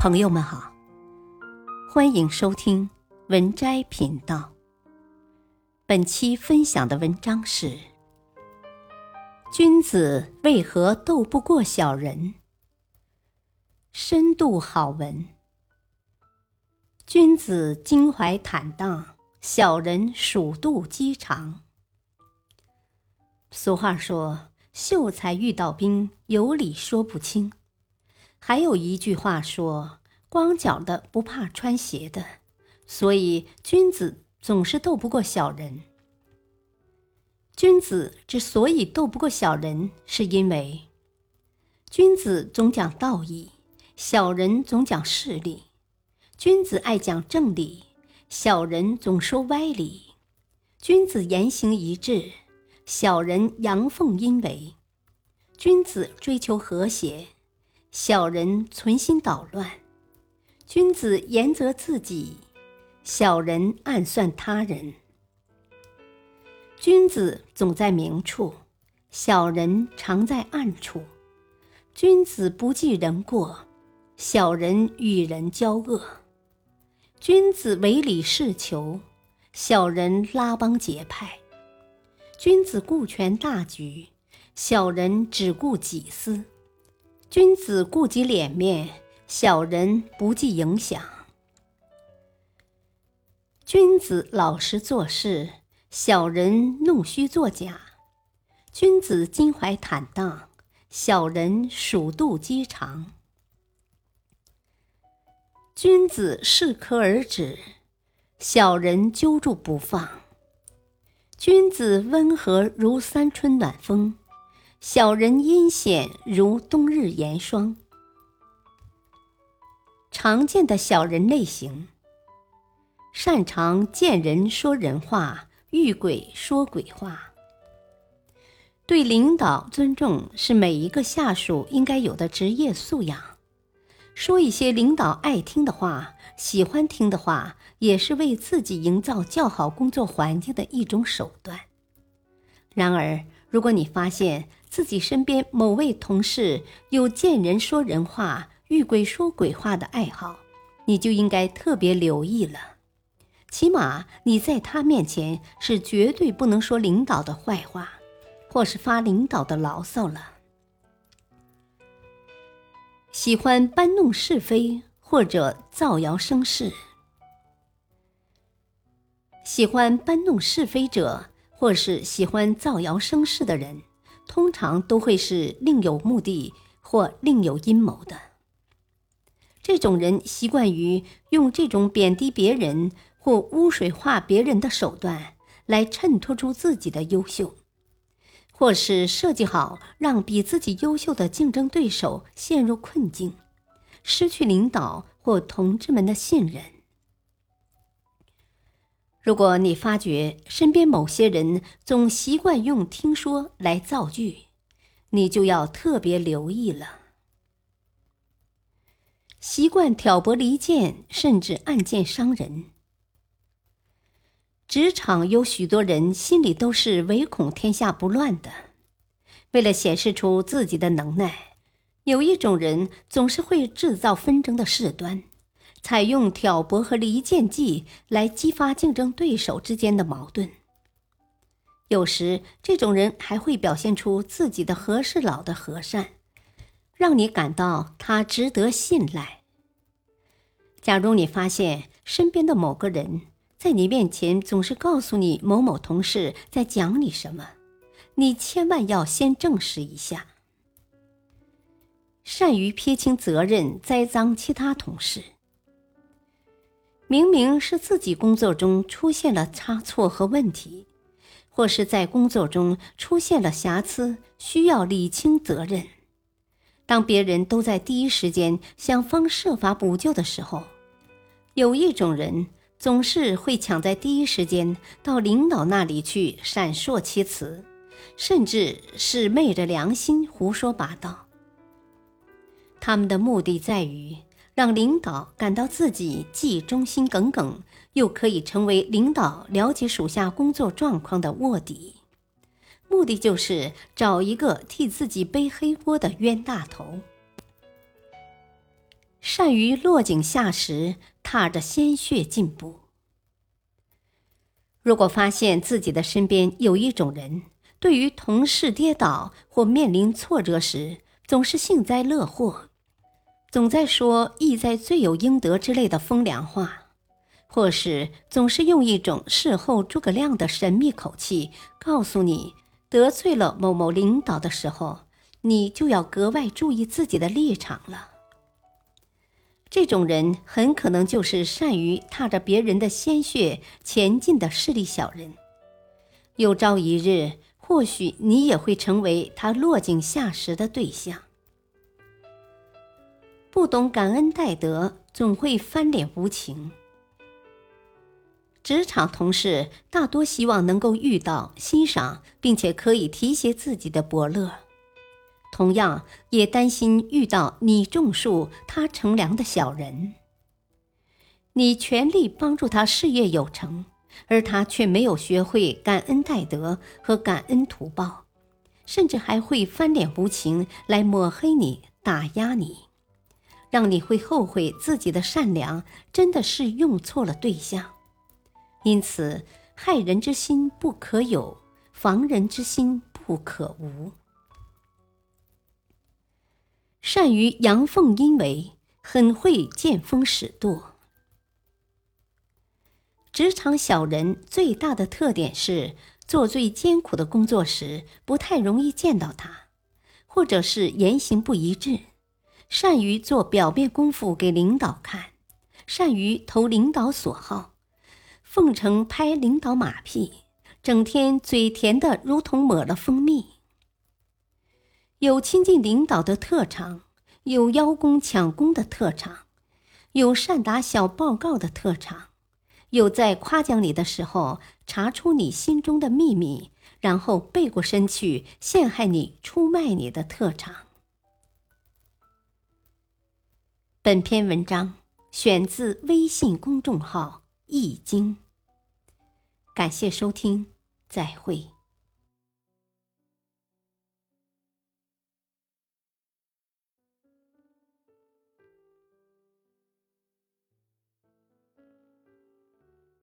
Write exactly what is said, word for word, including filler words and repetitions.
朋友们好，欢迎收听文摘频道。本期分享的文章是：君子为何斗不过小人？深度好文。君子襟怀坦荡，小人鼠肚鸡肠。俗话说，秀才遇到兵，有理说不清。还有一句话说，光脚的不怕穿鞋的，所以君子总是斗不过小人。君子之所以斗不过小人，是因为君子总讲道义，小人总讲势利；君子爱讲正理，小人总说歪理；君子言行一致，小人阳奉阴违；君子追求和谐，小人存心捣乱；君子严责自己，小人暗算他人。君子总在明处，小人常在暗处；君子不计人过，小人与人交恶；君子唯理是求，小人拉帮结派；君子顾全大局，小人只顾己私；君子顾及脸面，小人不计影响；君子老实做事，小人弄虚作假；君子襟怀坦荡，小人鼠肚鸡肠。君子适可而止，小人揪住不放；君子温和如三春暖风，小人阴险如冬日严霜。常见的小人类型：擅长见人说人话，遇鬼说鬼话。对领导尊重是每一个下属应该有的职业素养，说一些领导爱听的话，喜欢听的话，也是为自己营造较好工作环境的一种手段。然而，如果你发现自己身边某位同事有见人说人话，遇鬼说鬼话的爱好，你就应该特别留意了。起码你在他面前是绝对不能说领导的坏话，或是发领导的牢骚了。喜欢搬弄是非或者造谣生事。喜欢搬弄是非者，或是喜欢造谣生事的人，通常都会是另有目的或另有阴谋的。这种人习惯于用这种贬低别人或污水化别人的手段来衬托出自己的优秀，或是设计好让比自己优秀的竞争对手陷入困境，失去领导或同志们的信任。如果你发觉身边某些人总习惯用听说来造句，你就要特别留意了。习惯挑拨离间，甚至暗箭伤人。职场有许多人心里都是唯恐天下不乱的，为了显示出自己的能耐，有一种人总是会制造纷争的事端，采用挑拨和离间计来激发竞争对手之间的矛盾。有时这种人还会表现出自己的和事佬的和善，让你感到他值得信赖。假如你发现身边的某个人在你面前总是告诉你某某同事在讲你什么，你千万要先证实一下。善于撇清责任，栽赃其他同事。明明是自己工作中出现了差错和问题，或是在工作中出现了瑕疵，需要理清责任。当别人都在第一时间想方设法补救的时候，有一种人总是会抢在第一时间到领导那里去闪烁其词，甚至是昧着良心胡说八道。他们的目的在于让领导感到自己既忠心耿耿，又可以成为领导了解属下工作状况的卧底。目的就是找一个替自己背黑锅的冤大头。 善于落井下石，踏着鲜血进步。如果发现自己的身边有一种人，对于同事跌倒或面临挫折时，总是幸灾乐祸，总在说义在罪有应得之类的风凉话，或是总是用一种事后诸葛亮的神秘口气告诉你得罪了某某领导的时候，你就要格外注意自己的立场了。这种人很可能就是善于踏着别人的鲜血前进的势利小人。有朝一日，或许你也会成为他落井下石的对象。不懂感恩戴德，总会翻脸无情。职场同事大多希望能够遇到欣赏并且可以提携自己的伯乐，同样也担心遇到你种树他乘凉的小人。你全力帮助他事业有成，而他却没有学会感恩戴德和感恩图报，甚至还会翻脸无情来抹黑你、打压你，让你会后悔自己的善良真的是用错了对象。因此，害人之心不可有，防人之心不可无。善于阳奉阴违，很会见风使舵。职场小人最大的特点是，做最艰苦的工作时不太容易见到他，或者是言行不一致，善于做表面功夫给领导看，善于投领导所好，奉承拍领导马屁，整天嘴甜的如同抹了蜂蜜。有亲近领导的特长，有邀功抢功的特长，有善打小报告的特长，有在夸奖你的时候查出你心中的秘密，然后背过身去陷害你、出卖你的特长。本篇文章选自微信公众号《易经》，感谢收听，再会。